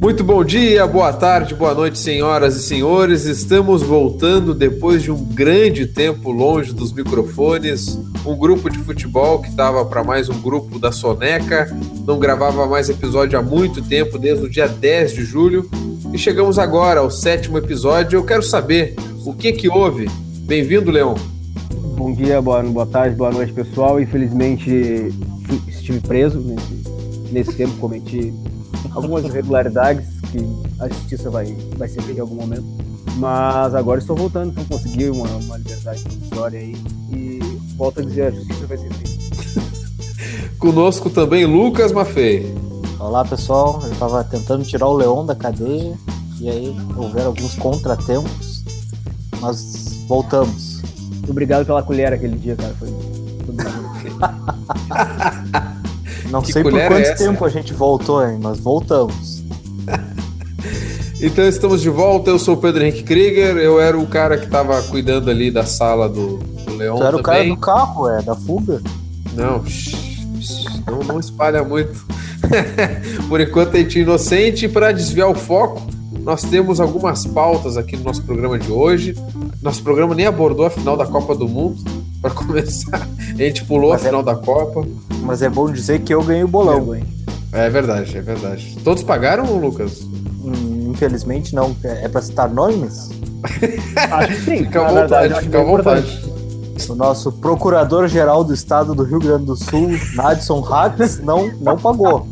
Muito bom dia, boa tarde, boa noite, senhoras e senhores. Estamos voltando depois de um grande tempo longe dos microfones. Um grupo de futebol que estava para mais um grupo da Soneca. Não gravava mais episódio há muito tempo, desde o dia 10 de julho. E chegamos agora ao 7º episódio. Eu quero saber o que houve. Bem-vindo, Leon. Bom dia, boa tarde, boa noite, pessoal. Infelizmente, estive preso nesse tempo, cometi algumas irregularidades que a justiça vai ser feita em algum momento. Mas agora estou voltando, então consegui uma liberdade provisória aí. E volto a dizer, a justiça vai ser feita. Conosco também Lucas Maffei. Olá, pessoal. Eu estava tentando tirar o Leon da cadeia e aí houveram alguns contratempos, mas voltamos. Obrigado pela colher aquele dia, cara. Foi Não Que sei por colher quanto é essa? tempo a gente voltou, hein, mas voltamos. Então estamos de volta, eu sou o Pedro Henrique Krieger, eu era o cara que estava cuidando ali da sala do Leon Tu era o cara também. do carro, da fuga? Não, não espalha muito. Por enquanto a gente é inocente. E para desviar o foco, nós temos algumas pautas aqui no nosso programa de hoje. Nosso programa nem abordou a final da Copa do Mundo. Para começar, a gente pulou a final da Copa. Mas é bom dizer que eu ganhei o bolão. É verdade, é verdade. Todos pagaram, Lucas? Infelizmente não. É pra citar nomes? Acho que sim. Fica à vontade, fica à vontade. O nosso procurador-geral do estado do Rio Grande do Sul, Nadson Hatz, não pagou.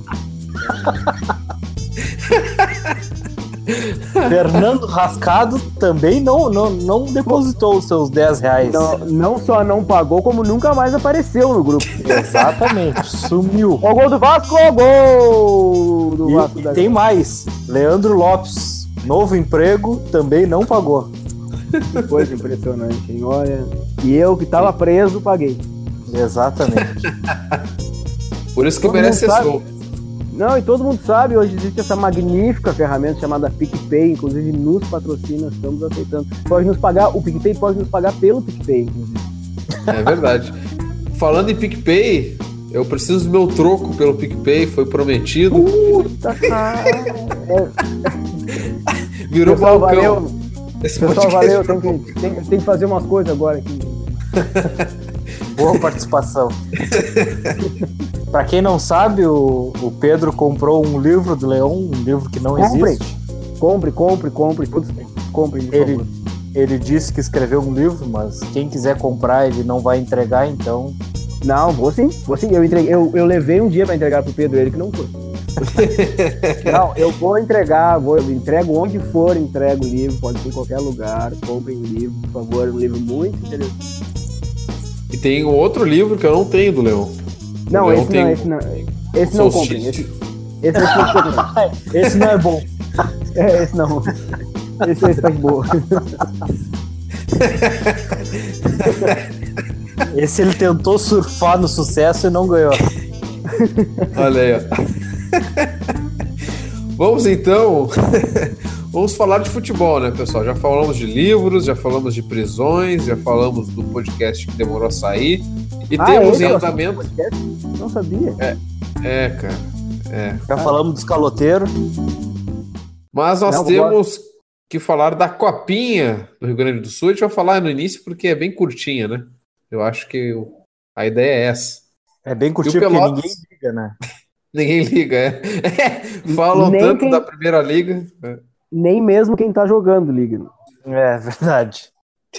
Fernando Rascado também não depositou os seus R$10. Não só não pagou, como nunca mais apareceu no grupo. Exatamente, sumiu. O gol do Vasco, o gol do Vasco. E tem mais, Leandro Lopes, novo emprego, também não pagou. Que coisa impressionante, hein? Olha. E eu que tava preso, paguei. Exatamente. Por isso que Todo merece ser mundo sabe. solto. Não, e todo mundo sabe, hoje existe essa magnífica ferramenta chamada PicPay, inclusive nos patrocina, estamos aceitando. Pode nos pagar, o PicPay pode nos pagar pelo PicPay, inclusive. É verdade. Falando em PicPay, eu preciso do meu troco pelo PicPay, foi prometido. Puta cara! Virou Pessoal, balcão. valeu. Esse Pessoal, podcast valeu, tem que fazer umas coisas agora aqui. Boa participação. Pra quem não sabe, o Pedro comprou um livro do Leon, um livro que não existe. Compre, todos comprem, por favor. Ele disse que escreveu um livro, mas quem quiser comprar, ele não vai entregar, então... Não, vou sim. Eu levei um dia pra entregar pro Pedro, ele que não foi. Não, eu vou entregar, entrego onde for, entrego o livro, pode ser em qualquer lugar, comprem o livro, por favor, um livro muito interessante. E tem um outro livro que eu não tenho do Leon. Não, Leon esse tem não, esse não comprem, esse Esse não é bom. esse não. Esse tá de boa. Esse ele tentou surfar no sucesso e não ganhou. Olha aí, ó. Vamos então. Vamos falar de futebol, né, pessoal? Já falamos de livros, já falamos de prisões, já falamos do podcast que demorou a sair. E temos em andamento. Não sabia. Cara. Já falamos dos caloteiros. Mas nós temos que falar da Copinha do Rio Grande do Sul. A gente vai falar no início porque é bem curtinha, né? Eu acho que a ideia é essa. É bem curtinho porque ninguém liga, né? Ninguém liga, é. Falam Nem tanto da primeira liga. Nem mesmo quem tá jogando liga. É verdade.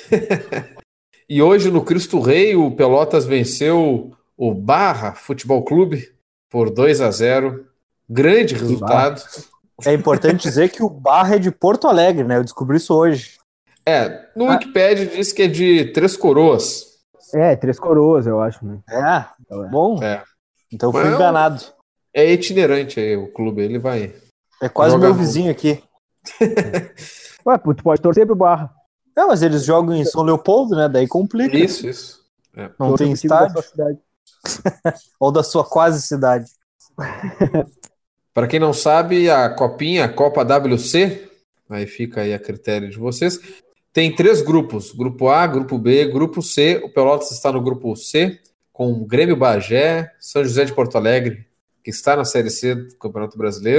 E hoje no Cristo Rei o Pelotas venceu o Barra Futebol Clube por 2-0. Grande resultado. É importante dizer que o Barra é de Porto Alegre, né? Eu descobri isso hoje. No Wikipedia diz que é de Três Coroas. Três Coroas, eu acho, né? Bom. Então fui enganado. É itinerante aí o clube, ele vai... É quase meu vizinho aqui. Ué, tu pode torcer pro Barra. Não, mas eles jogam em São Leopoldo, né? Daí complica. Isso. Não tem estádio. Da sua cidade. Ou da sua quase cidade. Para quem não sabe, a Copinha, a Copa WC, aí fica aí a critério de vocês, tem 3 grupos, grupo A, grupo B, grupo C. O Pelotas está no grupo C, com Grêmio Bagé, São José de Porto Alegre, que está na Série C do Campeonato Brasileiro,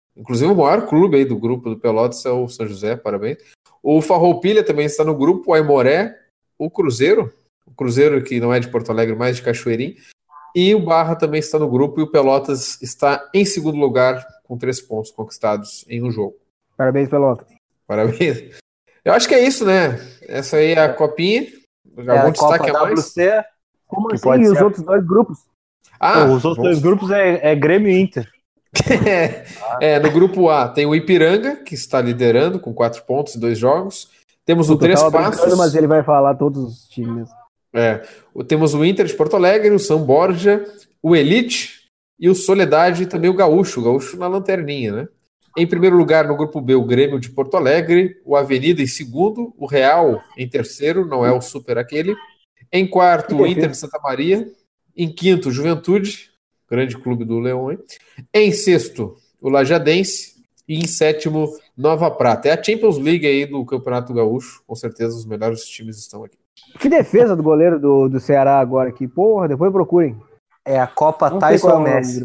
Inclusive o maior clube aí do grupo do Pelotas é o São José, parabéns. O Farroupilha também está no grupo, o Aimoré, o Cruzeiro que não é de Porto Alegre, mas de Cachoeirinho, e o Barra também está no grupo, e o Pelotas está em segundo lugar, com 3 pontos conquistados em um jogo. Parabéns, Pelotas. Parabéns. Eu acho que é isso, né? Essa aí é a copinha. Algum destaque a mais? WC, Como que assim? pode E os ser. outros 2 grupos? Os outros 2 grupos é Grêmio e Inter. No grupo A tem o Ipiranga, que está liderando com 4 pontos em 2 jogos. Temos o Três Passos. Mas ele vai falar todos os times. Temos o Inter de Porto Alegre, o São Borja, o Elite e o Soledade e também o Gaúcho na lanterninha, né? Em primeiro lugar, no grupo B, o Grêmio de Porto Alegre, o Avenida em segundo, o Real em terceiro, não é o super aquele. Em quarto, o Inter de Santa Maria. Em quinto, Juventude, grande clube do Leão, hein? Em sexto, o Lajadense. E em sétimo, Nova Prata. É a Champions League aí do Campeonato Gaúcho. Com certeza os melhores times estão aqui. Que defesa do goleiro do Ceará agora aqui. Porra, depois procurem. É a Copa Não Tyson Messi.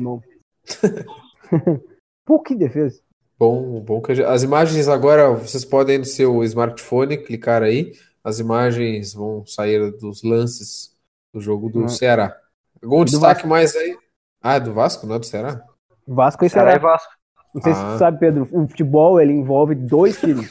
Pô, que defesa. Bom que as imagens agora, vocês podem no seu smartphone clicar aí. As imagens vão sair dos lances do jogo do Ceará. Algum destaque Vasco. Mais aí? É do Vasco, não é do Ceará? Vasco e Ceará. E Vasco. Não sei se você sabe, Pedro, o futebol ele envolve 2 times.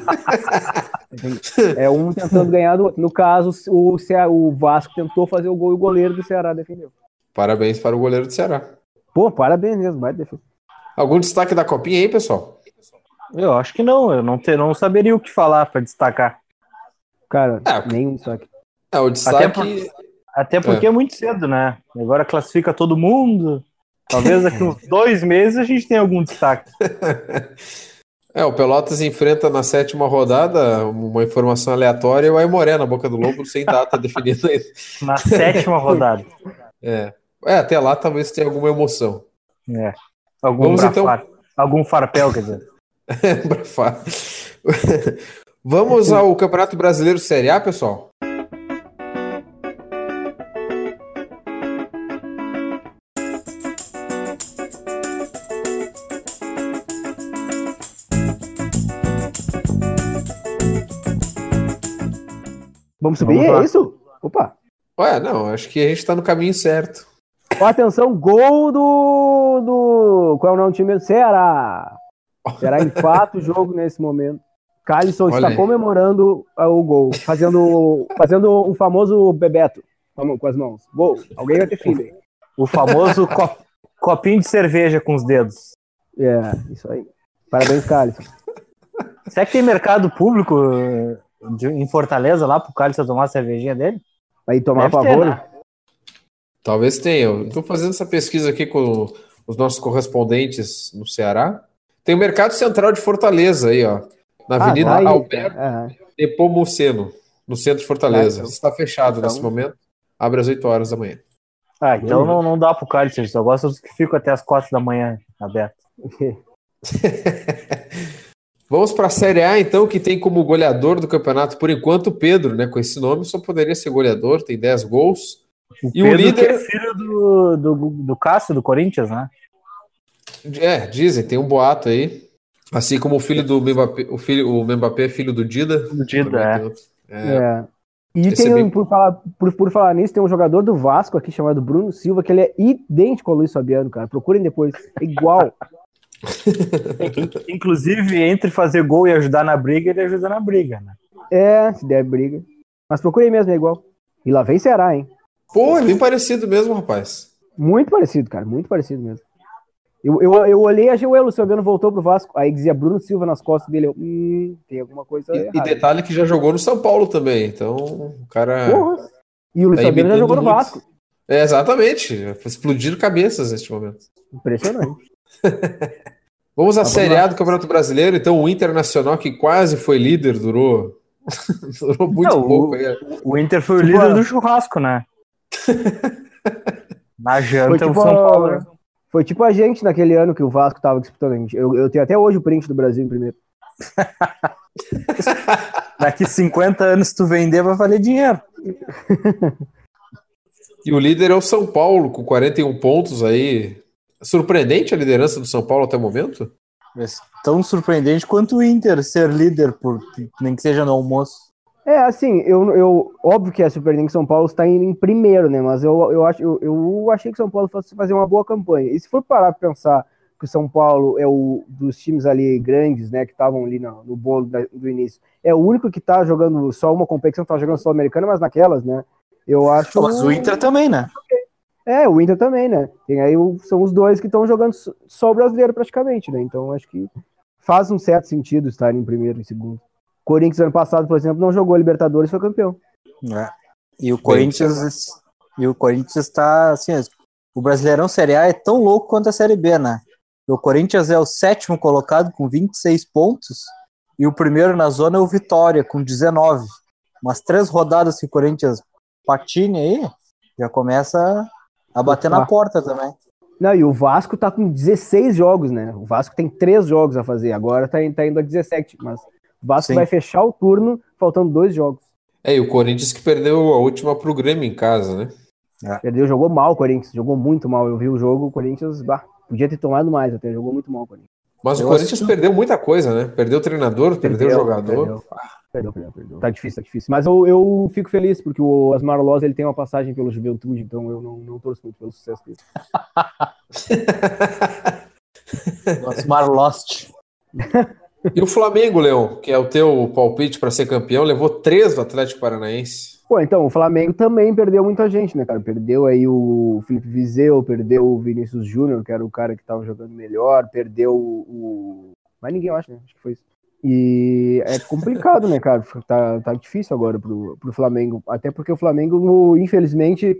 É um tentando ganhar do outro. No caso, o Vasco tentou fazer o gol e o goleiro do Ceará defendeu. Parabéns para o goleiro do Ceará. Pô, parabéns mesmo, vai defender. Algum destaque da copinha aí, pessoal? Eu acho que não, eu não saberia o que falar para destacar. Cara, nenhum destaque. O destaque... Até porque é muito cedo, né? Agora classifica todo mundo. Talvez daqui uns 2 meses a gente tenha algum destaque. O Pelotas enfrenta na 7ª rodada, uma informação aleatória, o Aimoré na Boca do Lobo, sem data definida ainda. Na 7ª rodada. Até lá talvez tenha alguma emoção. Algum farpel, quer dizer. Vamos ao Campeonato Brasileiro Série A, pessoal? Vamos subir? É isso? Opa! Não, acho que a gente tá no caminho certo. Atenção, gol do... Qual é o nome do time? Ceará. Ceará empata o jogo nesse momento. Calisson está comemorando o gol, fazendo um famoso Bebeto com as mãos. Gol. Alguém vai ter filho. O famoso copinho de cerveja com os dedos. Isso aí. Parabéns, Calisson. Será que tem mercado público em Fortaleza lá pro Calisson tomar a cervejinha dele? Aí tomar favor? Né? Talvez tenha. Eu estou fazendo essa pesquisa aqui com os nossos correspondentes no Ceará. Tem o Mercado Central de Fortaleza aí, ó. Na Avenida Alberto Nepomuceno, no centro de Fortaleza. Está fechado nesse momento. Abre às 8 horas da manhã. Então não dá pro Calisson. Só gosto dos que ficam até as 4 da manhã aberto. Vamos para a Série A, então, que tem como goleador do campeonato, por enquanto, o Pedro, né? Com esse nome, só poderia ser goleador, tem 10 gols. E o líder é filho do Cássio, do Corinthians, né? Dizem, tem um boato aí. Assim como o filho do Mbappé, o Mbappé é filho do Dida. Do Dida, E tem, por falar nisso, tem um jogador do Vasco aqui chamado Bruno Silva, que ele é idêntico ao Luiz Fabiano, cara. Procurem depois. É igual. Inclusive, entre fazer gol e ajudar na briga, ele ajuda na briga, né? Se der briga. Mas procurem mesmo, é igual. E lá vem Ceará, hein? Pô, é bem parecido mesmo, rapaz. Muito parecido, cara. Muito parecido mesmo. Eu olhei e achei o Luiz Fabiano voltou pro Vasco. Aí dizia Bruno Silva nas costas dele. Tem alguma coisa errada. E detalhe que já jogou no São Paulo também. Então, o cara... Porra. E o Luiz Fabiano já jogou no Vasco. Exatamente. Explodiram cabeças neste momento. Impressionante. Vamos à Série A do Campeonato Brasileiro. Então, o Internacional, que quase foi líder, durou muito pouco. O Inter foi o líder do churrasco, né? Na janta, o São Paulo. Foi tipo a gente naquele ano que o Vasco tava disputando a gente. Eu tenho até hoje o print do Brasil em primeiro. Daqui 50 anos, se tu vender, vai valer dinheiro. E o líder é o São Paulo, com 41 pontos aí. Surpreendente a liderança do São Paulo até o momento? É tão surpreendente quanto o Inter ser líder, nem que seja no almoço. Assim, óbvio que é surpreendente que São Paulo está em primeiro, né? Mas eu achei que São Paulo fosse fazer uma boa campanha. E se for parar para pensar que o São Paulo é o dos times ali grandes, né? Que estavam ali no bolo do início, é o único que tá jogando só uma competição, tá jogando Sul-Americana, mas naquelas, né? Eu acho. Mas o Inter também, né? O Inter também, né? Tem aí são os dois que estão jogando só o brasileiro praticamente, né? Então acho que faz um certo sentido estar em primeiro e segundo. Corinthians ano passado, por exemplo, não jogou Libertadores e foi campeão. E o Corinthians está assim, o Brasileirão Série A é tão louco quanto a Série B, né? O Corinthians é o 7º colocado com 26 pontos e o primeiro na zona é o Vitória com 19. Umas 3 rodadas que o Corinthians patine aí, já começa a bater na porta também. Não, e o Vasco tá com 16 jogos, né? O Vasco tem 3 jogos a fazer, agora tá indo a 17, mas o Vasco vai fechar o turno faltando 2 jogos. E o Corinthians que perdeu a última pro Grêmio em casa, né? Perdeu, jogou mal o Corinthians, jogou muito mal. Eu vi o jogo, o Corinthians, podia ter tomado mais até, jogou muito mal o Corinthians. Mas o Corinthians perdeu muita coisa, né? Perdeu o treinador, perdeu o jogador. Perdeu. Tá difícil. Mas eu fico feliz, porque o Osmar Loz, ele tem uma passagem pelo Juventude, então eu não torço muito pelo sucesso dele. Osmar Lost. E o Flamengo, Leão, que é o teu palpite para ser campeão, levou 3 do Atlético Paranaense. Então, o Flamengo também perdeu muita gente, né, cara? Perdeu aí o Felipe Viseu, perdeu o Vinícius Júnior, que era o cara que tava jogando melhor, perdeu o... Mas ninguém, eu acho, né? Acho que foi isso. E é complicado, né, cara? Tá difícil agora pro Flamengo. Até porque o Flamengo, infelizmente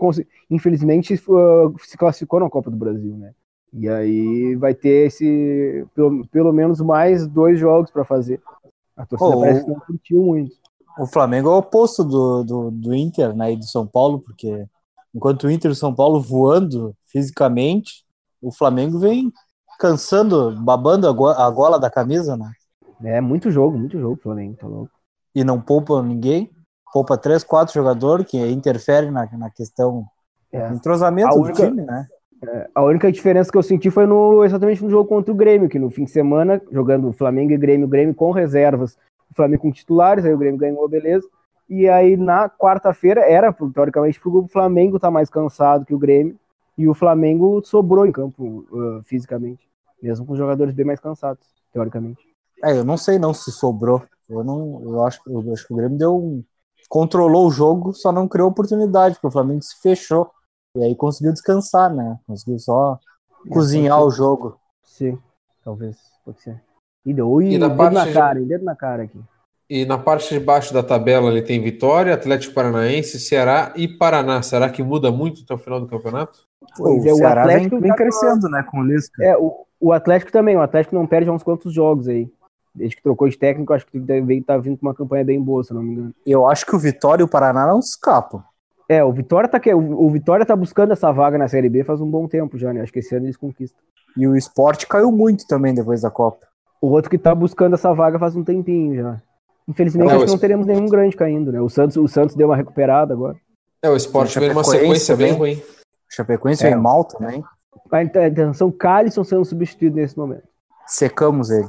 se classificou na Copa do Brasil, né? E aí vai ter pelo menos mais 2 jogos para fazer. A torcida parece que não curtiu muito. O Flamengo é o oposto do Inter, né, e do São Paulo, porque enquanto o Inter e o São Paulo voando fisicamente, o Flamengo vem cansando, babando a gola da camisa, né? Muito jogo, o Flamengo, tá louco. E não poupa ninguém, poupa 3, 4 jogadores, que interfere na questão do entrosamento do time, né? A única diferença que eu senti foi exatamente no jogo contra o Grêmio, que no fim de semana, jogando Flamengo e Grêmio com reservas, o Flamengo com titulares, aí o Grêmio ganhou, beleza. E aí na quarta-feira era, teoricamente, pro Flamengo tá mais cansado que o Grêmio, e o Flamengo sobrou em campo fisicamente, mesmo com os jogadores bem mais cansados, teoricamente. Eu não sei se sobrou. Eu acho que o Grêmio controlou o jogo, só não criou oportunidade, porque o Flamengo se fechou. E aí conseguiu descansar, né? Conseguiu só cozinhar o jogo. Sim, talvez, pode ser. E dedo na cara aqui. E na parte de baixo da tabela ele tem Vitória, Atlético Paranaense, Ceará e Paraná. Será que muda muito até o final do campeonato? O Ceará o Atlético vem crescendo, né, com o Lisca. O Atlético também. O Atlético não perde há uns quantos jogos aí. Desde que trocou de técnico, acho que deve estar vindo com uma campanha bem boa, se não me engano. Eu acho que o Vitória e o Paraná não escapam. O Vitória tá buscando essa vaga na Série B faz um bom tempo já, né? Acho que esse ano eles conquistam. E o Sport caiu muito também depois da Copa. O outro que tá buscando essa vaga faz um tempinho já. Infelizmente, acho que não teremos nenhum grande caindo, né? O Santos deu uma recuperada agora. O Sport veio numa sequência bem ruim. O Chapecoense vem mal também. A intenção, Calisson sendo substituído nesse momento. Secamos ele.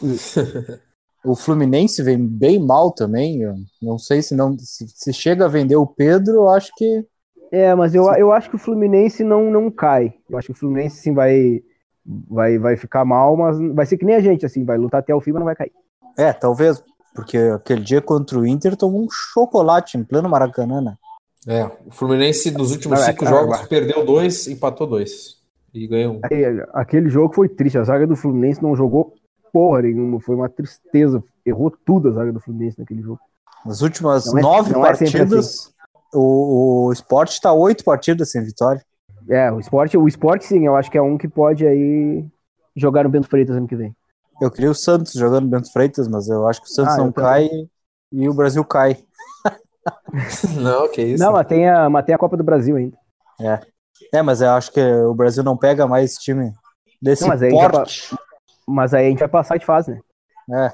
O Fluminense vem bem mal também. Eu não sei se chega a vender o Pedro, eu acho que... mas eu acho que o Fluminense não cai. Eu acho que o Fluminense sim vai ficar mal, mas vai ser que nem a gente, assim, vai lutar até o fim, mas não vai cair. Talvez, porque aquele dia contra o Inter tomou um chocolate em pleno Maracanã, né? O Fluminense nos últimos 5 jogos perdeu 2, empatou 2 e ganhou 1. Aquele jogo foi triste, a zaga do Fluminense não jogou porra nenhuma, foi uma tristeza, errou tudo a zaga do Fluminense naquele jogo. Nas últimas 9 partidas, assim. o Sport está 8 partidas sem vitória. O Sport sim, eu acho que é um que pode aí jogar no Bento Freitas ano que vem. Eu queria o Santos jogando no Bento Freitas, mas eu acho que o Santos não cai e o Brasil cai. Não, que isso. Não, mas tem a Copa do Brasil ainda. Mas eu acho que o Brasil não pega mais time desse porte. Mas aí a gente vai passar de fase, né?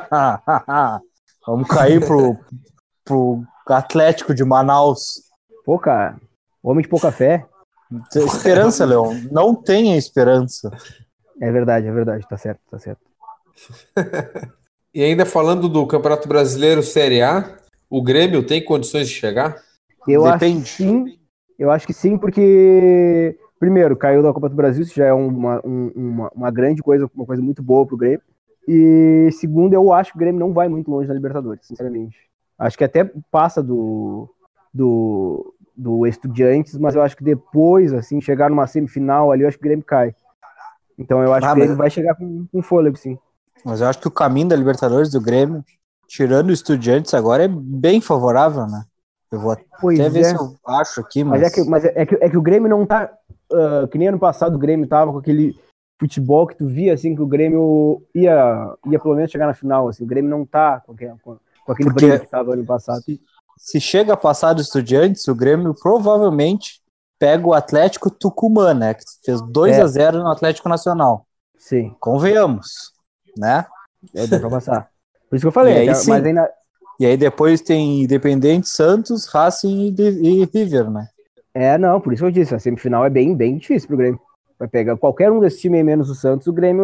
Vamos cair pro Atlético de Manaus. Pô, cara, homem de pouca fé. Esperança, Leão. Não tenha esperança. É verdade, tá certo. E ainda falando do Campeonato Brasileiro Série A, o Grêmio tem condições de chegar? Depende. Eu acho que sim, porque, primeiro, caiu da Copa do Brasil, isso já é uma grande coisa, uma coisa muito boa pro Grêmio. E, segundo, eu acho que o Grêmio não vai muito longe na Libertadores, sinceramente. Acho que até passa do Estudiantes, mas eu acho que depois, assim, chegar numa semifinal ali, eu acho que o Grêmio cai. Então eu acho que o Grêmio vai chegar com fôlego, sim. Mas eu acho que o caminho da Libertadores do Grêmio, tirando o Estudiantes agora, é bem favorável, né? Eu vou até ver se eu acho aqui, mas... É que o Grêmio não tá... que nem ano passado o Grêmio tava com aquele futebol que tu via, assim, que o Grêmio ia pelo menos chegar na final, assim. O Grêmio não tá com aquele brilho que tava ano passado. Se chega a passar do Estudiantes, o Grêmio provavelmente pega o Atlético Tucumã, né? Que fez 2-0 no Atlético Nacional. Sim. Convenhamos, né? Dá pra passar. Por isso que eu falei. E aí, sim. Mas ainda... E aí depois tem Independente, Santos, Racing e River, né? Não, por isso que eu disse, a semifinal é bem, bem difícil pro Grêmio. Vai pegar qualquer um desses times aí menos o Santos, o Grêmio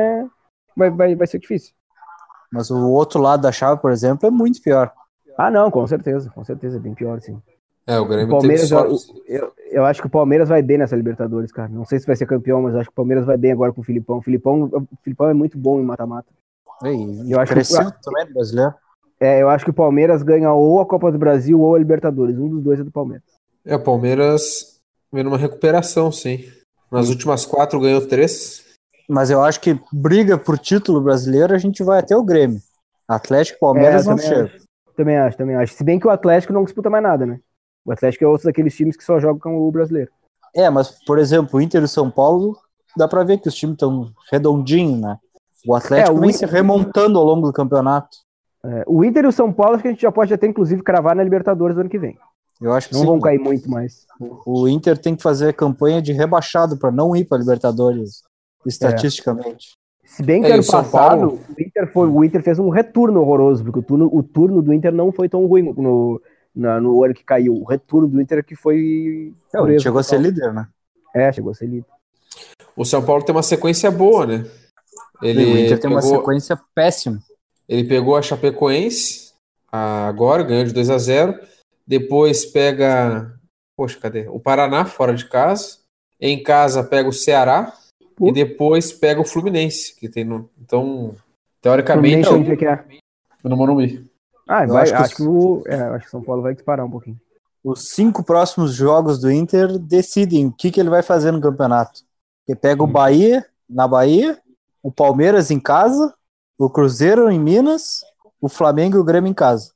vai ser difícil. Mas o outro lado da chave, por exemplo, é muito pior. Ah, não, com certeza, é bem pior, sim. O Grêmio teve sorte. Eu acho que o Palmeiras vai bem nessa Libertadores, cara. Não sei se vai ser campeão, mas eu acho que o Palmeiras vai bem agora com o Filipão. O Filipão é muito bom em mata-mata. Eu acho cresceu também no brasileiro. Eu acho que o Palmeiras ganha ou a Copa do Brasil ou a Libertadores. Um dos dois é do Palmeiras. O Palmeiras vem numa recuperação, sim. Nas últimas 4 ganhou 3. Mas eu acho que briga por título brasileiro, a gente vai até o Grêmio. Atlético e Palmeiras não chega. Também acho. Se bem que o Atlético não disputa mais nada, né? O Atlético é outro daqueles times que só jogam com o brasileiro. Mas, por exemplo, o Inter e o São Paulo, dá pra ver que os times estão redondinhos, né? O Atlético vem se remontando ao longo do campeonato. O Inter e o São Paulo, acho que a gente já pode até, inclusive, cravar na Libertadores do ano que vem. Eu acho que não vão cair muito mais. O Inter tem que fazer campanha de rebaixado para não ir para Libertadores, estatisticamente. Se bem que ano passado, o Inter fez um retorno horroroso, porque o turno do Inter não foi tão ruim no ano que caiu. O retorno do Inter que foi... chegou a ser líder, né? Chegou a ser líder. O São Paulo tem uma sequência boa, né? O Inter tem uma sequência péssima. Ele pegou a Chapecoense, agora ganhou de 2-0. Depois pega... Poxa, cadê? O Paraná, fora de casa. Em casa pega o Ceará. E depois pega o Fluminense, que tem no... Então, teoricamente... Fluminense onde que é? No Morumbi. Acho que o São Paulo vai disparar um pouquinho. Os 5 próximos jogos do Inter decidem o que ele vai fazer no campeonato. Ele pega o Bahia, na Bahia, o Palmeiras em casa, o Cruzeiro em Minas, o Flamengo e o Grêmio em casa.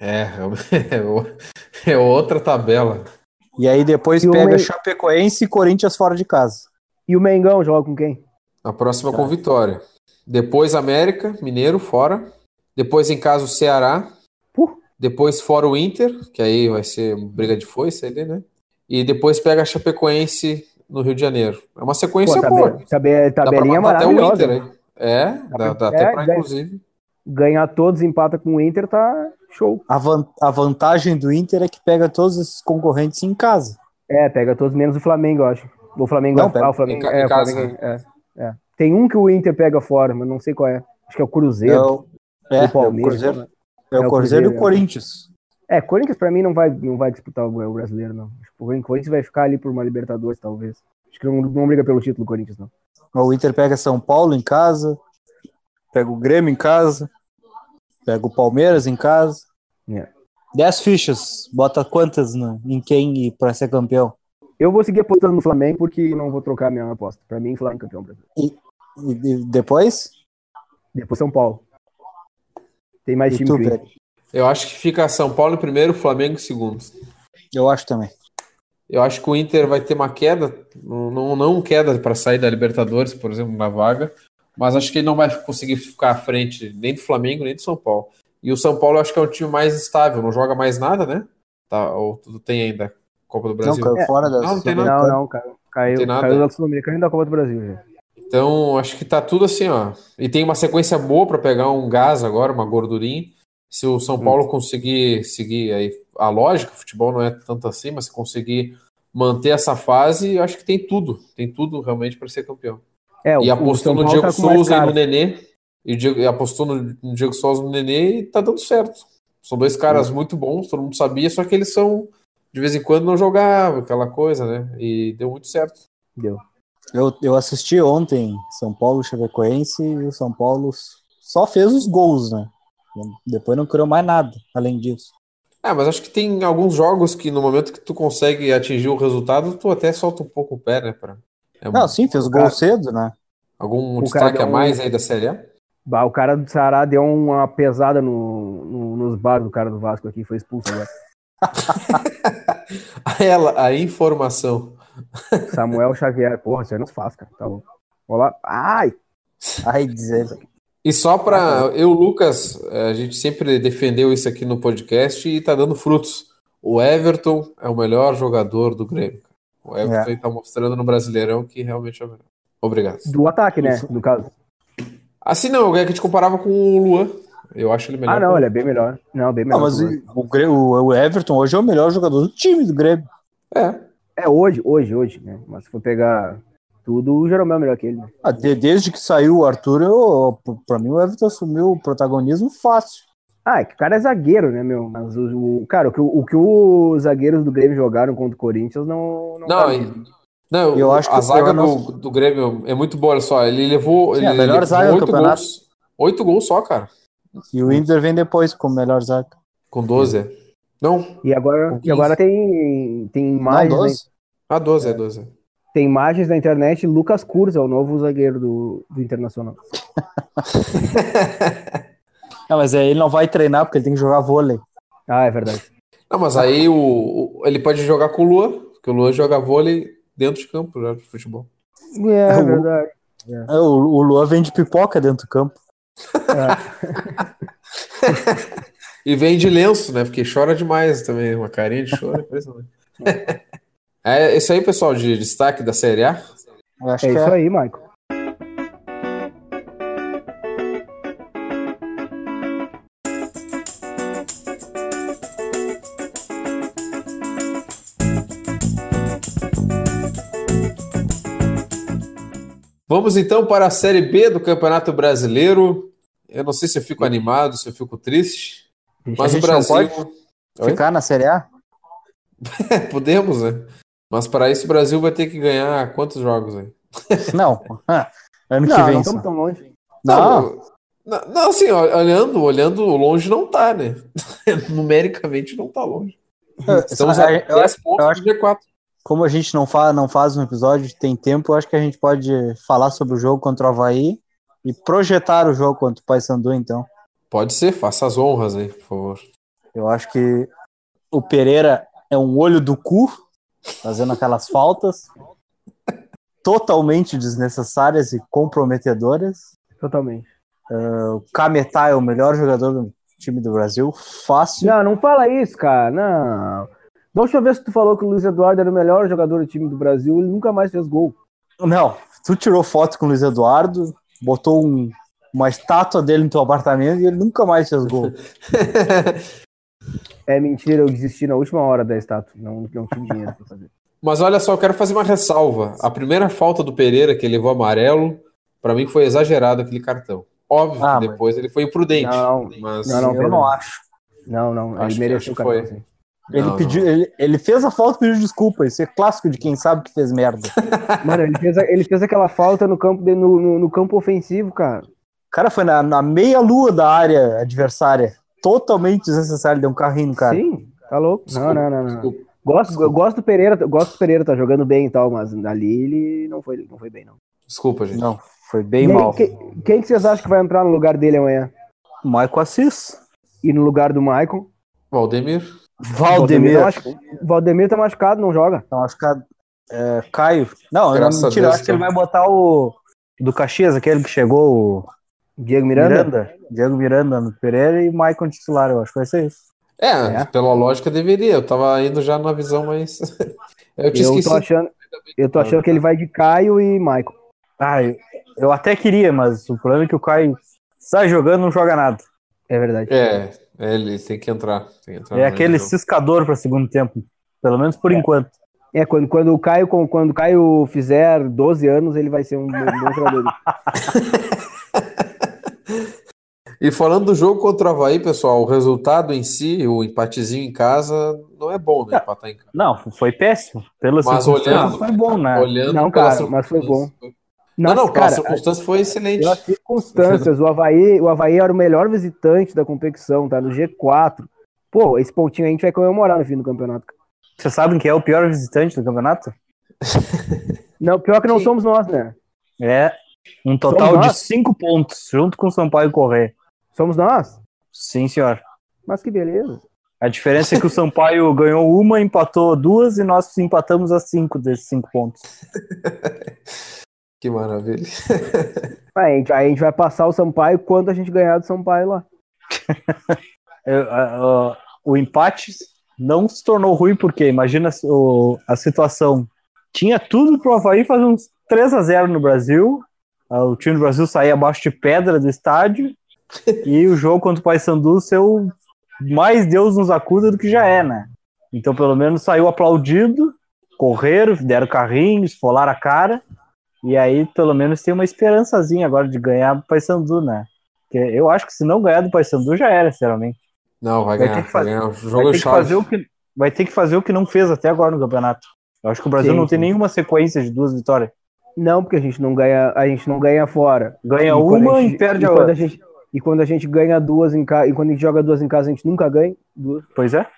É outra tabela. E aí depois pega Chapecoense e Corinthians fora de casa. E o Mengão joga com quem? A próxima com Vitória. Depois América, Mineiro, fora. Depois em casa o Ceará. Depois fora o Inter, que aí vai ser briga de foice ali, né? E depois pega a Chapecoense no Rio de Janeiro. É uma sequência boa. Tabelinha maravilhosa. Até o Inter, né? Dá até pra, inclusive. Ganhar todos, empata com o Inter, tá show. A vantagem do Inter é que pega todos esses concorrentes em casa. Pega todos menos o Flamengo, eu acho. O Flamengo não, o Flamengo, em casa. Tem um que o Inter pega fora, mas não sei qual é. Acho que é o Cruzeiro. O Palmeiras. É o Cruzeiro e o Corinthians. Corinthians pra mim não vai disputar o brasileiro, não. Acho que o Corinthians vai ficar ali por uma Libertadores, talvez. Acho que não briga pelo título o Corinthians, não. O Inter pega São Paulo em casa, pega o Grêmio em casa, pega o Palmeiras em casa. 10 fichas, bota quantas em quem pra ser campeão? Eu vou seguir apostando no Flamengo porque não vou trocar a minha aposta. Pra mim, Flamengo é campeão brasileiro. E depois? Depois São Paulo. Tem mais time que o Eu acho que fica São Paulo em primeiro, Flamengo em segundo. Eu acho também. Eu acho que o Inter vai ter uma queda, não queda para sair da Libertadores, por exemplo, na vaga, mas acho que ele não vai conseguir ficar à frente nem do Flamengo, nem do São Paulo. E o São Paulo eu acho que é um time mais estável, não joga mais nada, né? Ou tudo tem ainda Copa do Brasil? Não, caiu fora da Sul-Americana. Não, caiu da Sul-Americana e da Copa do Brasil já. Então, acho que tá tudo assim, ó. E tem uma sequência boa para pegar um gás agora, uma gordurinha. Se o São Paulo conseguir seguir aí a lógica, o futebol não é tanto assim, mas se conseguir manter essa fase, eu acho que tem tudo realmente para ser campeão. E apostou no Diego Souza e no Nenê. e apostou no Diego Souza, no Nenê, e tá dando certo. São dois caras muito bons, todo mundo sabia, só que eles são, de vez em quando, não jogavam, aquela coisa, né? E deu muito certo. Deu. Eu assisti ontem São Paulo e Chapecoense e o São Paulo só fez os gols, né? Depois não criou mais nada, além disso. Mas acho que tem alguns jogos que no momento que tu consegue atingir o resultado, tu até solta um pouco o pé, né? Não, sim, fez gol cedo, né? Algum destaque a mais aí da Série A? O cara do Ceará deu uma pesada nos bares do cara do Vasco aqui, foi expulso agora. A informação. Samuel Xavier, porra, isso aí não se faz, cara. Tá louco. Olá. Ai, dizer. E só para eu, Lucas, a gente sempre defendeu isso aqui no podcast e tá dando frutos. O Everton é o melhor jogador do Grêmio. O Everton tá mostrando no Brasileirão que realmente é o melhor. Obrigado. Do ataque, né? No caso. Assim não, é que a gente comparava com o Luan. Eu acho ele melhor. Não, ele é bem melhor. Não, bem melhor. Mas o Everton hoje é o melhor jogador do time do Grêmio. Hoje, né? Mas se for pegar tudo, o Jeromel é melhor que ele. Né? Desde que saiu o Arthur, pra mim o Everton assumiu o protagonismo fácil. É que o cara é zagueiro, né, meu? Mas cara, o que os zagueiros do Grêmio jogaram contra o Corinthians não eu acho que a zaga do Grêmio é muito boa, olha só. Ele levou, a melhor zaga do campeonato. 8 gols só, cara. E o Inter vem depois com o melhor zaga. Com 12. Não. E agora tem imagens. Não, 12. Né? 12, é 12. Tem imagens na internet. Lucas Curza é o novo zagueiro do Internacional. Não, mas ele não vai treinar porque ele tem que jogar vôlei. É verdade. Não, mas aí ele pode jogar com o Luan, porque o Luan joga vôlei dentro de campo, já, de futebol. É verdade. O Luan vende pipoca dentro do campo. E vem de lenço, né? Porque chora demais também. Uma carinha de choro, impressionante. É isso aí, pessoal, de destaque da Série A? Acho que isso aí, Michael. Vamos então para a Série B do Campeonato Brasileiro. Eu não sei se eu fico animado, se eu fico triste. Mas o Brasil não pode ficar na Série A? Podemos, né? Mas para isso o Brasil vai ter que ganhar quantos jogos aí? Não, ano que vem. Não estamos tão longe. Não, assim, olhando longe não tá, né? Numericamente não tá longe. Estamos a 10 pontos do G4. Como a gente não faz um episódio, tem tempo, eu acho que a gente pode falar sobre o jogo contra o Avaí e projetar o jogo contra o Paysandu, então. Pode ser, faça as honras aí, por favor. Eu acho que o Pereira é um olho do cu, fazendo aquelas faltas totalmente desnecessárias e comprometedoras. Totalmente. O Cametá é o melhor jogador do time do Brasil, fácil. Não fala isso, cara, não. Da última vez que tu falou que o Luiz Eduardo era o melhor jogador do time do Brasil, ele nunca mais fez gol. Não, tu tirou foto com o Luiz Eduardo, botou uma estátua dele no teu apartamento e ele nunca mais fez gol. É mentira, eu desisti na última hora da estátua. Não tinha dinheiro pra fazer. Mas olha só, eu quero fazer uma ressalva. A primeira falta do Pereira, que ele levou amarelo, pra mim foi exagerado aquele cartão. Óbvio que depois ele foi imprudente. Mas eu não acho. Não, ele mereceu o cartão. Assim. Ele fez a falta e pediu desculpa. Isso é clássico de quem sabe que fez merda. Mano, ele fez aquela falta no campo, no campo ofensivo, cara. O cara foi na meia-lua da área adversária. Totalmente desnecessário, deu um carrinho no cara. Sim, tá louco. Desculpa, não. Eu gosto do Pereira, tá jogando bem e tal, mas ali ele não foi bem, não. Desculpa, gente. Não, foi bem mal. Quem que vocês acham que vai entrar no lugar dele amanhã? Maicon Assis. E no lugar do Maicon? Valdemir tá machucado, não joga. Tá machucado. Caio. Não, mentira, eu acho que ele vai botar o do Caxias, aquele que chegou, o Diego Miranda? Diego Miranda no Pereira e o Maicon titular, eu acho que vai ser isso. Pela lógica deveria. Eu tava indo já na visão, mas eu tô achando que ele vai de Caio e Maicon. Eu até queria, mas o problema é que o Caio sai jogando, não joga nada. É verdade. Ele tem que entrar. É aquele ciscador para segundo tempo, pelo menos por enquanto. Quando o Caio fizer 12 anos, ele vai ser um bom jogador. E falando do jogo contra o Avaí, pessoal, o resultado em si, o empatezinho em casa, não é bom, né? Empatar em casa. Não, foi péssimo. Pelas Mas circunstâncias olhando, foi bom, né? olhando Não, pelas cara, mas foi bom. circunstâncias. Não, Nossa, não, pelas cara, circunstâncias foi excelente. pelas circunstâncias, o Avaí era o melhor visitante da competição, tá no G4. Pô, esse pontinho a gente vai comemorar no fim do campeonato. Vocês sabem quem é o pior visitante do campeonato? Não, pior que não Quem? somos nós, né? É um total Somos de nós? 5 pontos, junto com o Sampaio Corrêa. Somos nós? Sim, senhor. Mas que beleza. A diferença é que o Sampaio ganhou uma, empatou 2 e nós empatamos as 5 desses 5 pontos. Que maravilha. A gente vai passar o Sampaio quando a gente ganhar do Sampaio lá. O empate não se tornou ruim, porque imagina a situação. Tinha tudo pro Avaí fazer uns 3-0 no Brasil. O time do Brasil saía abaixo de pedra do estádio. E o jogo contra o Paysandu ser o mais Deus nos acuda do que já é, né? Então, pelo menos, saiu aplaudido, correram, deram carrinho, esfolaram a cara. E aí, pelo menos, tem uma esperançazinha agora de ganhar do Paysandu, né? Porque eu acho que se não ganhar do Paysandu, já era, sinceramente. Não, vai ganhar. O jogo vai ter é chave. vai ter que fazer o que não fez até agora no campeonato. Eu acho que o Brasil Sim, não tem sim. nenhuma sequência de 2 vitórias. Não, porque a gente não ganha fora. Ganha uma e perde a outra. E quando a gente ganha 2 em casa, e quando a gente joga 2 em casa, a gente nunca ganha 2. Pois é.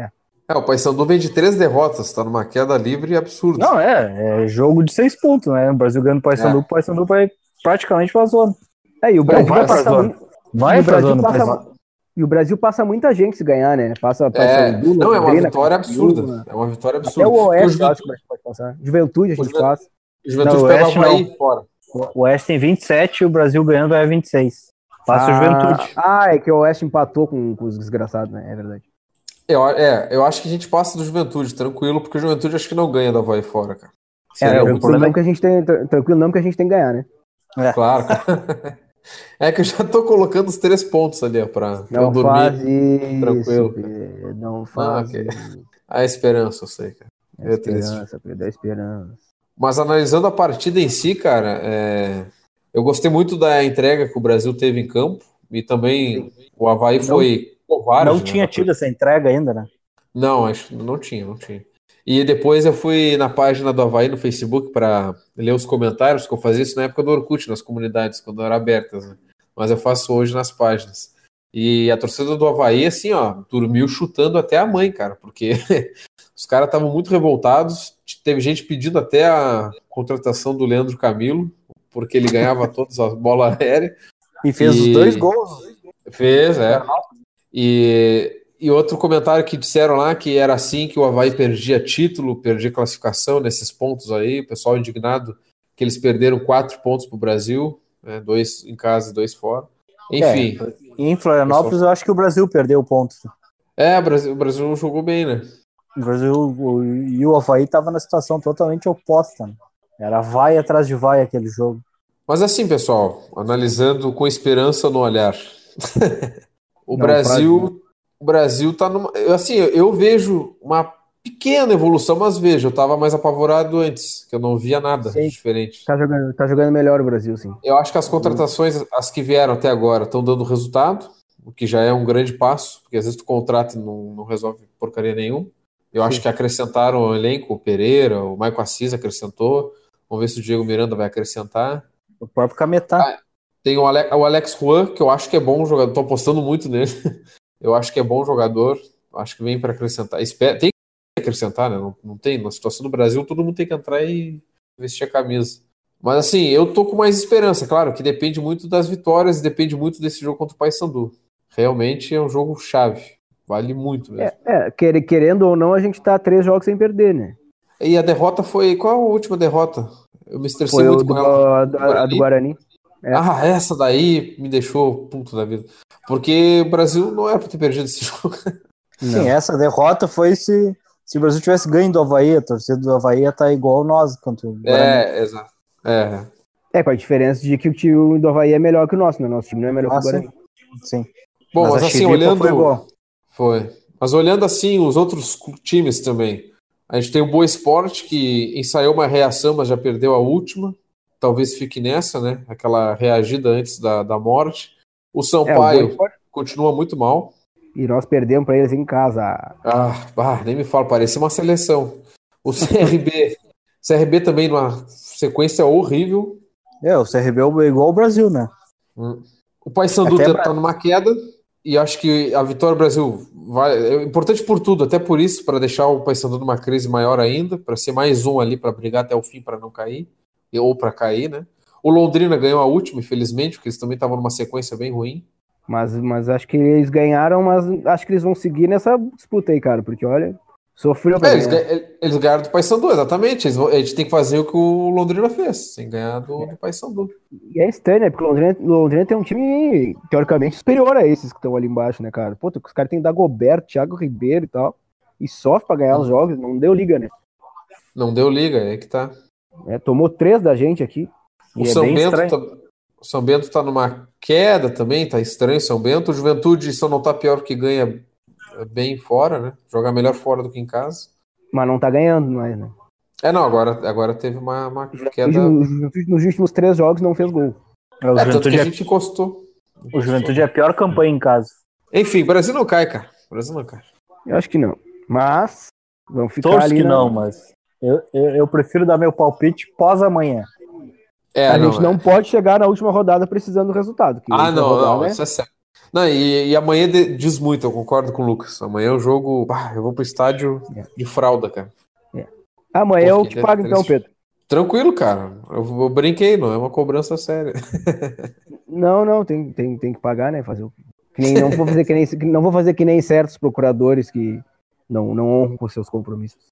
O Paysandu vem de 3 derrotas, tá numa queda livre e absurda. Não, é jogo de 6 pontos, né? O Brasil ganhando o Paysandu vai praticamente pra zona. E o Brasil vai pra zona. Vai pra zona. E o Brasil passa muita gente se ganhar, né? Passa Não, é uma Londrina, vitória absurda. Lula. É uma vitória absurda. Até o Oeste, eu acho que pode passar. Juventude a gente passa. Juventude pega o Avaí fora. O Oeste tem 27 e o Brasil ganhando é 26. Passa o Juventude. É que o Oeste empatou com os desgraçados, né? É verdade. Eu acho que a gente passa do Juventude, tranquilo, porque o Juventude acho que não ganha do Avaí fora, cara. Tranquilo não que a gente tem que ganhar, né? Claro, cara. É que eu já tô colocando os 3 pontos ali, ó, pra eu dormir. Faz isso, tranquilo. Pedro, não faz isso. A esperança, eu sei, cara. A esperança, Pedro, a esperança. Mas analisando a partida em si, cara, eu gostei muito da entrega que o Brasil teve em campo e também o Avaí foi covarde. Não tinha tido essa entrega ainda, né? Não, acho que não tinha. E depois eu fui na página do Avaí no Facebook para ler os comentários, que eu fazia isso na época do Orkut, nas comunidades, quando eram abertas, né? Mas eu faço hoje nas páginas. E a torcida do Avaí, assim, ó, dormiu chutando até a mãe, cara, porque os caras estavam muito revoltados. Teve gente pedindo até a contratação do Leandro Camilo, porque ele ganhava todas as bolas aéreas. E fez os 2 gols. Fez, E outro comentário que disseram lá que era assim que o Avaí perdia título, perdia classificação nesses pontos aí, o pessoal indignado que eles perderam 4 pontos pro Brasil, né, 2 em casa e 2 fora. Enfim. Em Florianópolis eu acho que o Brasil perdeu pontos. O Brasil jogou bem, né? O Brasil e o Avaí tava na situação totalmente oposta, né? Era vai atrás de vai aquele jogo. Mas assim, pessoal, analisando com esperança no olhar, o Brasil tá numa... Assim, eu vejo uma pequena evolução, mas vejo, eu tava mais apavorado antes, que eu não via nada diferente. Tá jogando melhor o Brasil, sim. Eu acho que as contratações, as que vieram até agora, estão dando resultado, o que já é um grande passo, porque às vezes tu contrata e não resolve porcaria nenhuma. Eu acho que acrescentaram o elenco, o Pereira, o Maicon Assis acrescentou, vamos ver se o Diego Miranda vai acrescentar. O próprio Cametá. Tem o Alex Juan, que eu acho que é bom jogador, tô apostando muito nele. Eu acho que é bom jogador, acho que vem para acrescentar. Tem que acrescentar, né? Não tem. Na situação do Brasil, todo mundo tem que entrar e vestir a camisa. Mas assim, eu tô com mais esperança, claro, que depende muito das vitórias e depende muito desse jogo contra o Paysandu. Realmente é um jogo chave. Vale muito mesmo. Querendo ou não, a gente tá 3 jogos sem perder, né? E a derrota foi... Qual a última derrota? Eu me estressei Foi muito com ela. A do Guarani. Essa daí me deixou puto da vida. Porque o Brasil não era pra ter perdido esse jogo. Sim, essa derrota foi se o Brasil tivesse ganho do Avaí, a torcida do Avaí ia estar igual nós contra o Guarani. Exato. Com a diferença de que o time do Avaí é melhor que o nosso, né? Nosso time não é melhor que o Guarani. Sim. Bom, mas assim, olhando... Foi. Mas olhando assim os outros times também, a gente tem o Boa Esporte, que ensaiou uma reação, mas já perdeu a última. Talvez fique nessa, né? Aquela reagida antes da morte. O Sampaio continua muito mal. E nós perdemos para eles em casa. Nem me fala, parecia uma seleção. O CRB também numa sequência horrível. O CRB é igual ao Brasil, né? O Paysandu tá numa queda e acho que a vitória do Brasil é importante por tudo, até por isso, para deixar o Paysandu numa crise maior ainda, para ser mais um ali para brigar até o fim para não cair, ou para cair, né? O Londrina ganhou a última, infelizmente, porque eles também estavam numa sequência bem ruim. Mas acho que eles ganharam, mas acho que eles vão seguir nessa disputa aí, cara, porque olha, sofreu pra ganhar. Eles ganharam do Paysandu, exatamente. A gente tem que fazer o que o Londrina fez, sem ganhar do Paysandu. E é estranho, né? Porque o Londrina tem um time, teoricamente, superior a esses que estão ali embaixo, né, cara? Pô, os caras têm Dagoberto, Thiago Ribeiro e tal, e sofre pra ganhar os jogos, não deu liga, né? Não deu liga, é que tá. Tomou 3 da gente aqui. O São Bento tá numa queda também, tá estranho o São Bento. O Juventude só não tá pior porque ganha bem fora, né? Joga melhor fora do que em casa. Mas não tá ganhando mais, né? Não, agora teve uma queda. O Juventude nos últimos 3 jogos não fez gol. O Juventude a gente encostou. O Juventude é a pior campanha em casa. Enfim, o Brasil não cai, cara. O Brasil não cai. Eu acho que não. Mas vamos ficar Torço ali que não, mas eu prefiro dar meu palpite pós amanhã. A gente não pode chegar na última rodada precisando do resultado. Não, isso é sério. Não, e amanhã diz muito, eu concordo com o Lucas. Amanhã é o jogo. Eu vou pro estádio de fralda, cara. Amanhã eu te pago então, Pedro. Tranquilo, cara. Eu brinquei, não é uma cobrança séria. Não, tem que pagar, né? Fazer não vou fazer que nem certos procuradores que não honram com seus compromissos.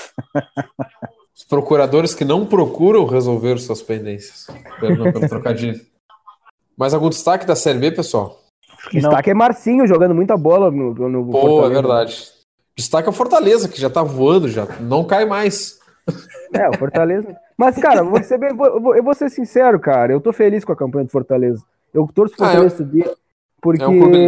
Os procuradores que não procuram resolver suas pendências. Pelo trocadilho. Mais algum destaque da Série B, pessoal? Destaque é Marcinho jogando muita bola no Fortaleza. É verdade. Destaque é o Fortaleza, que já tá voando, já não cai mais. O Fortaleza. Mas, cara, eu vou ser sincero, cara. Eu tô feliz com a campanha do Fortaleza. Eu torço pro Fortaleza subir, porque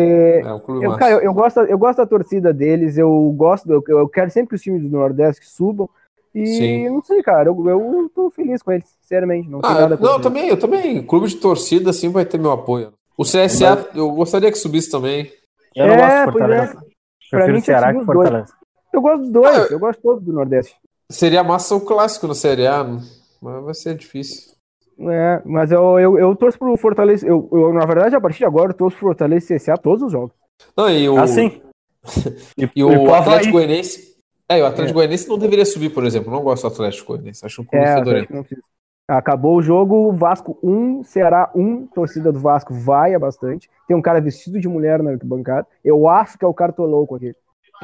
eu gosto da torcida deles. Eu quero sempre que os times do Nordeste subam. E não sei, cara, eu tô feliz com eles, sinceramente. Não tem nada eu também. Clube de torcida, assim, vai ter meu apoio. O CSA, eu gostaria que subisse também. Eu não gosto de Fortaleza. Prefiro o Ceará que Fortaleza. Eu gosto dos dois, eu gosto todos do Nordeste. Seria massa o clássico na Série A, mas vai ser difícil. Mas eu torço pro Fortaleza. Eu, na verdade, a partir de agora, eu torço pro Fortaleza e CSA todos os jogos. Sim. E o Atlético Goianiense. O Atlético Goianiense não deveria subir, por exemplo. Não gosto do Atlético Goianiense. Acho um clube fedorento. Acabou o jogo, Vasco 1, Ceará 1. Torcida do Vasco vai bastante. Tem um cara vestido de mulher na arquibancada. Eu acho que é o Cartolouco aqui.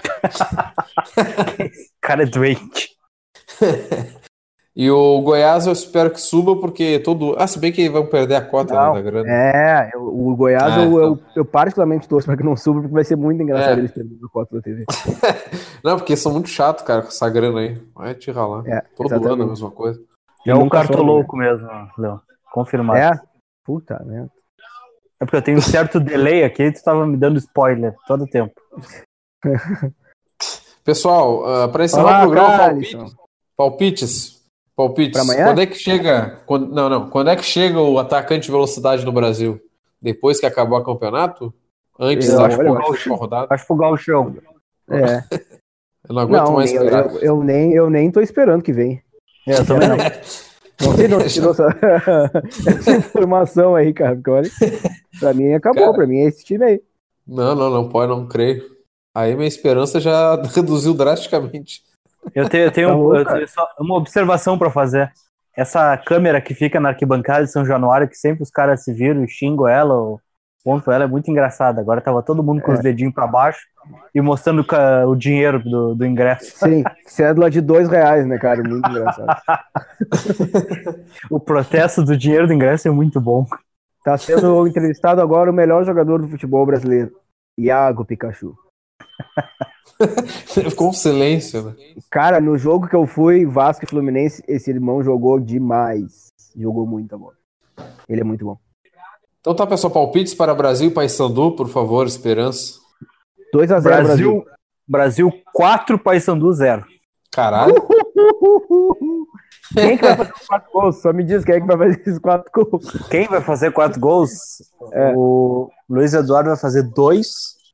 Esse cara é doente. E o Goiás eu espero que suba, porque se bem que vão perder a cota da grana. O Goiás eu particularmente torço para que não suba, porque vai ser muito engraçado eles perderem a cota da TV. Não, porque são muito chatos, cara, com essa grana aí. Vai te ralar. Todo ano a mesma coisa. É um cartolouco mesmo, Léo. Confirmado. Puta merda. É porque eu tenho um certo delay aqui e tu tava me dando spoiler todo o tempo. Pessoal, para encerrar o programa, palpites. Pra amanhã? Quando é que chega? Quando é que chega o atacante de velocidade no Brasil? Depois que acabou o campeonato? Antes, acho que a rodada. Acho que o Gauchão. Eu não aguento mais esperar. Eu nem tô esperando que vem. Eu também não. Não sei de onde tirou essa informação aí, cara. Porque olha, pra mim acabou, cara, pra mim é esse time aí. Não pode, não creio. Aí minha esperança já reduziu drasticamente. Eu tenho só uma observação pra fazer. Essa câmera que fica na arquibancada de São Januário, que sempre os caras se viram e xingam ela, ou ponto ela, é muito engraçada. Agora tava todo mundo com os dedinhos pra baixo e mostrando o dinheiro do ingresso. Sim, cédula de R$2, né, cara? Muito engraçado. O protesto do dinheiro do ingresso é muito bom. Tá sendo entrevistado agora o melhor jogador do futebol brasileiro, Iago Pikachu. Ficou um silêncio, né? Cara, no jogo que eu fui, Vasco e Fluminense, esse irmão jogou demais. Jogou muito bom. Ele é muito bom. Então tá, pessoal, palpites para Brasil e Paysandu, por favor, Esperança. 2-0 Brasil 4, Paysandu 0. Caralho. Quem que vai fazer os 4 gols? Só me diz quem é que vai fazer esses 4 gols. Quem vai fazer 4 gols? O Luiz Eduardo vai fazer 2.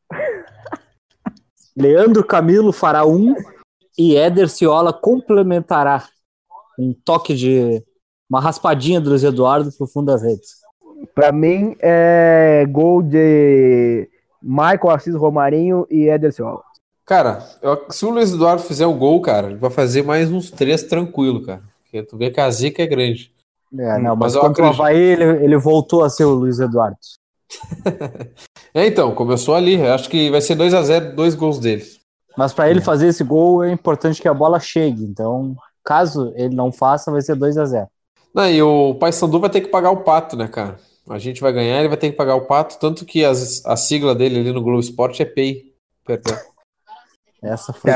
Leandro Camilo fará 1. E Éder Ciola complementará. Um toque de... Uma raspadinha do Luiz Eduardo pro fundo das redes. Pra mim, é gol de Michael Assis Romarinho e Éder Ciola. Cara, se o Luiz Eduardo fizer um gol, cara, ele vai fazer mais uns 3 tranquilo, cara. Porque tu vê que a zica é grande. Não, mas contra o Avaí, ele voltou a ser o Luiz Eduardo. Então, começou ali. Acho que vai ser 2-0, 2 gols dele. Mas para ele fazer esse gol, é importante que a bola chegue. Então, caso ele não faça, vai ser 2-0. Não, e o Paysandu vai ter que pagar o pato, né, cara? A gente vai ganhar, ele vai ter que pagar o pato. Tanto que a sigla dele ali no Globo Esporte é PEI. Perdão. Essa foi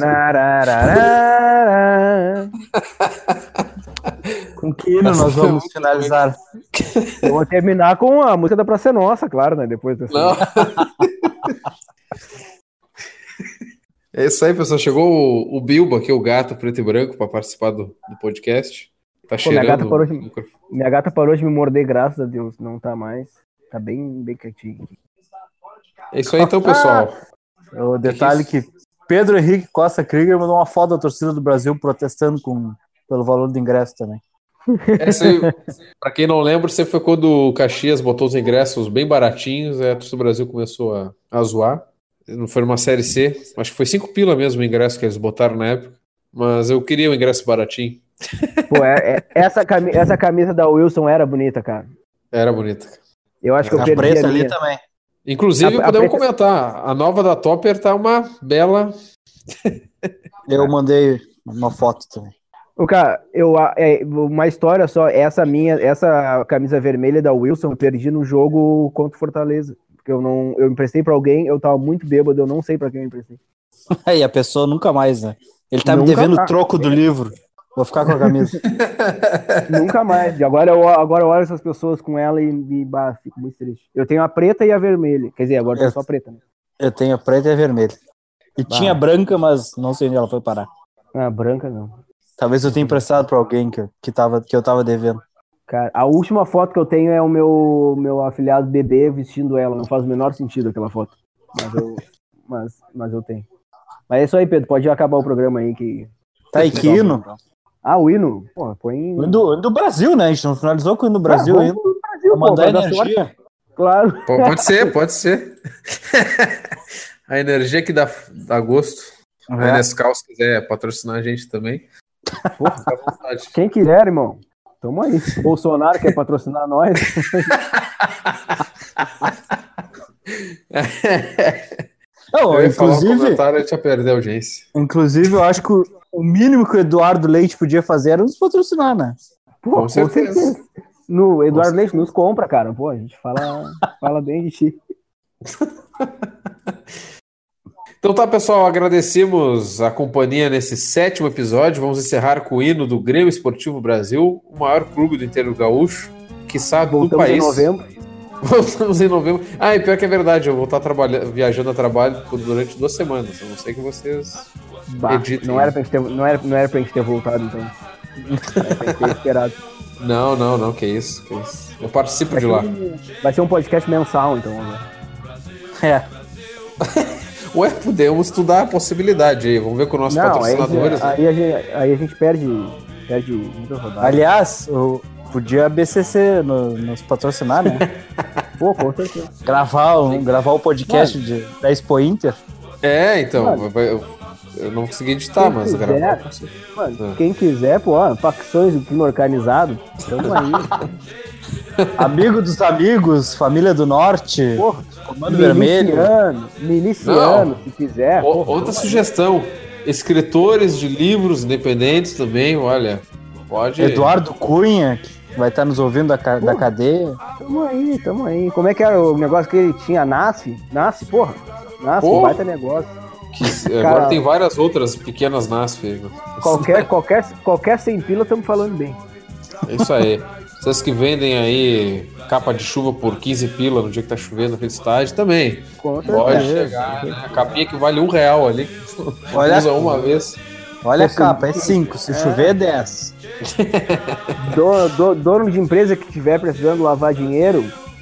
Com que hino nós vamos finalizar? Eu vou terminar com a música da Praça Nossa, claro, né? Depois dessa. Não. É isso aí, pessoal. Chegou o Bilbo aqui, o gato preto e branco, para participar do podcast. Tá cheirando. Minha gata parou de me morder, graças a Deus. Não tá mais. Tá bem quietinho. É isso aí, então, pessoal. O detalhe que Pedro Henrique Costa Krieger mandou uma foto da torcida do Brasil protestando pelo valor do ingresso também. Pra quem não lembra, você foi quando o Caxias botou os ingressos bem baratinhos, a torcida do Brasil começou a zoar. Não foi numa Série C, acho que foi 5 pila mesmo o ingresso que eles botaram na época, mas eu queria o ingresso baratinho. Pô, essa camisa da Wilson era bonita, cara. Era bonita. Eu acho que eu perdi preta ali também. Inclusive, podemos comentar, a nova da Topper tá uma bela... Eu mandei uma foto também. Cara, uma história só, essa camisa vermelha da Wilson eu perdi no jogo contra o Fortaleza. Porque eu emprestei pra alguém, eu tava muito bêbado, eu não sei pra quem eu emprestei. E a pessoa nunca mais, né? Ele tá me devendo o troco do livro. Vou ficar com a camisa. Nunca mais. Agora eu olho essas pessoas com ela e fico muito triste. Eu tenho a preta e a vermelha. Quer dizer, agora tem só a preta, né? Eu tenho a preta e a vermelha. E tinha a branca, mas não sei onde ela foi parar. Ah, branca não. Talvez eu tenha emprestado pra alguém que eu tava devendo. Cara, a última foto que eu tenho é o meu afilhado bebê vestindo ela. Não faz o menor sentido aquela foto. Mas eu tenho. Mas é isso aí, Pedro. Pode acabar o programa aí que... Tá aí, que hino? O hino? Pô, põe... O hino do Brasil, né? A gente não finalizou com o hino do Brasil ainda. Mandar energia. Claro. Pô, pode ser. A energia que dá gosto. A Nescau, se quiser patrocinar a gente também. Porra, fica à vontade. Quem quiser, irmão. Tamo aí. Bolsonaro quer patrocinar nós. Não, inclusive, a gente ia perder a audiência. Inclusive, eu acho que o mínimo que o Eduardo Leite podia fazer era nos patrocinar, né? Pô, com certeza. No Eduardo Leite nos compra, cara. Pô, a gente fala bem de ti. Então tá, pessoal, agradecemos a companhia nesse 7º episódio. Vamos encerrar com o hino do Grêmio Esportivo Brasil, o maior clube do interior gaúcho, quiçá do país. Voltamos em novembro. E pior que é verdade, eu vou estar viajando a trabalho durante 2 semanas. Eu não sei que vocês editem. Não era pra gente ter voltado, então. Era pra gente ter esperado. Não, que isso. Eu participo de lá. Vai ser um podcast mensal, então. É. Ué, podemos estudar a possibilidade aí. Vamos ver com os nossos patrocinadores. Aí a gente perde muitas rodadas. Aliás, podia a BCC nos patrocinar, né? Pô, com certeza. Gravar o podcast da Expo Inter. Então. Eu não consegui editar, mas gravar. Quem quiser, facções do crime organizado, tamo aí. Amigo dos amigos, família do norte. Porra, Comando Vermelho. Miliciano, se quiser. Outra sugestão: escritores de livros independentes também, olha. Pode. Eduardo Cunha, que vai estar nos ouvindo da cadeia. Tamo aí. Como é que era o negócio que ele tinha? NASF, porra. NASF, baita negócio. Agora tem várias outras pequenas NASF. Qualquer 100 pila, estamos falando bem. É isso aí. Vocês que vendem aí capa de chuva por 15 pila no dia que tá chovendo naquele estádio também. Pode chegar, né? A capinha que vale R$1 ali. Usa uma vez. Olha a capa, é 5. Se chover é 10. Dono de empresa que estiver precisando lavar dinheiro,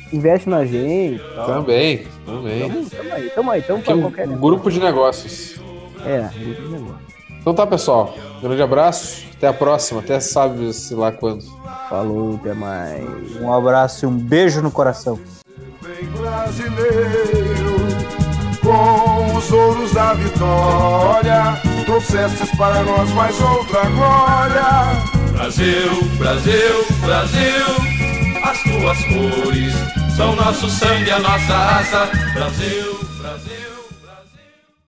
investe na gente. Tal. Também. Tamo aí. Aqui é um grupo de negócios. Grupo de negócios. Então tá, pessoal. Grande abraço. Até a próxima. Até sabe-se lá quando. Falou, até mais. Um abraço e um beijo no coração. Bem brasileiro, com os ouros da vitória, trouxestes para nós mais outra glória. Brasil, Brasil, Brasil, as tuas cores são nosso sangue, a nossa raça. Brasil.